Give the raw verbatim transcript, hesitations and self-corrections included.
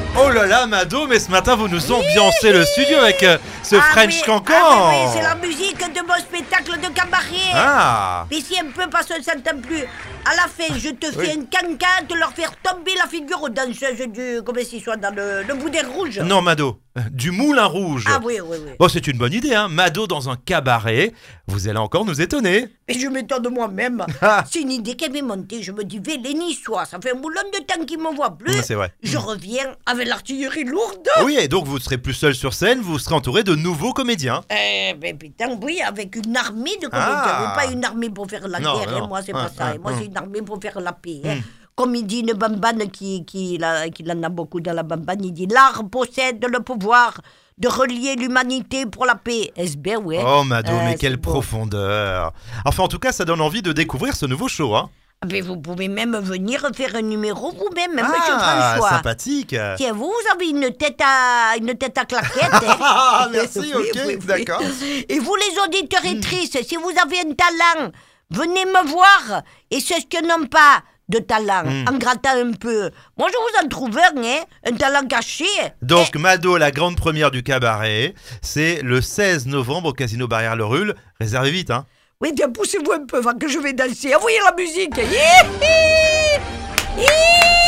Oh là là, Mado, mais ce matin vous nous ambiancez le studio avec euh, ce Ah French oui, Cancan. ah oui, oui, c'est la musique de mon spectacle de cabaret. Ah. Mais si un peu parce qu'on s'entend plus. À la fin, je te fais Oui. un cancan de leur faire tomber la figure aux danseuses du... Comment s'ils soient dans le, le boudin rouge. Non, Mado, du Moulin Rouge. Ah oui, oui, oui. Bon, c'est une bonne idée, hein. Mado dans un cabaret. Vous allez encore nous étonner. Et je m'étonne de moi-même. Ah. C'est une idée qui m'est montée. Je me dis, vais les Niçois, ça fait un moulin de temps qu'ils ne me voient plus. Mm, c'est vrai. Je reviens avec l'artillerie lourde. Oui, et donc vous serez plus seul sur scène, vous serez entouré de nouveaux comédiens. Eh ben putain, oui, avec une armée de comédiens. Ah. Pas une armée pour faire la Non, guerre, non. hein, moi c'est Ah, pas ça. ah, Et moi ah. c'est une armée pour faire la paix. hein. Mm. Comme il dit une bambane qui, qui, la- qui en a beaucoup dans la bambane, il dit l'art possède le pouvoir de relier l'humanité pour la paix. Est-ce bien, ouais. Oh, Mado, Euh, mais c'est quelle beau. profondeur. Enfin, en tout cas, ça donne envie de découvrir ce nouveau show, hein. Ah ben, vous pouvez même venir faire un numéro vous-même, hein, monsieur Ah, François. sympathique. Tiens, vous, vous avez une tête à, une tête à claquette. Hein. Ah, merci, Oui, ok, oui, oui. d'accord. Et vous, les auditeurs et tristes, si vous avez un talent, venez me voir. Et ceux qui n'ont pas de talent, Mm. en grattant un peu. Moi, je vous en trouve un, hein, un talent caché. Donc, Mado, la grande première du cabaret, c'est le seize novembre au Casino Barrière-le-Rulle. Réservez vite, hein. Oui, bien, poussez-vous un peu, avant que je vais danser. Envoyez la musique. Hi, hi, hi.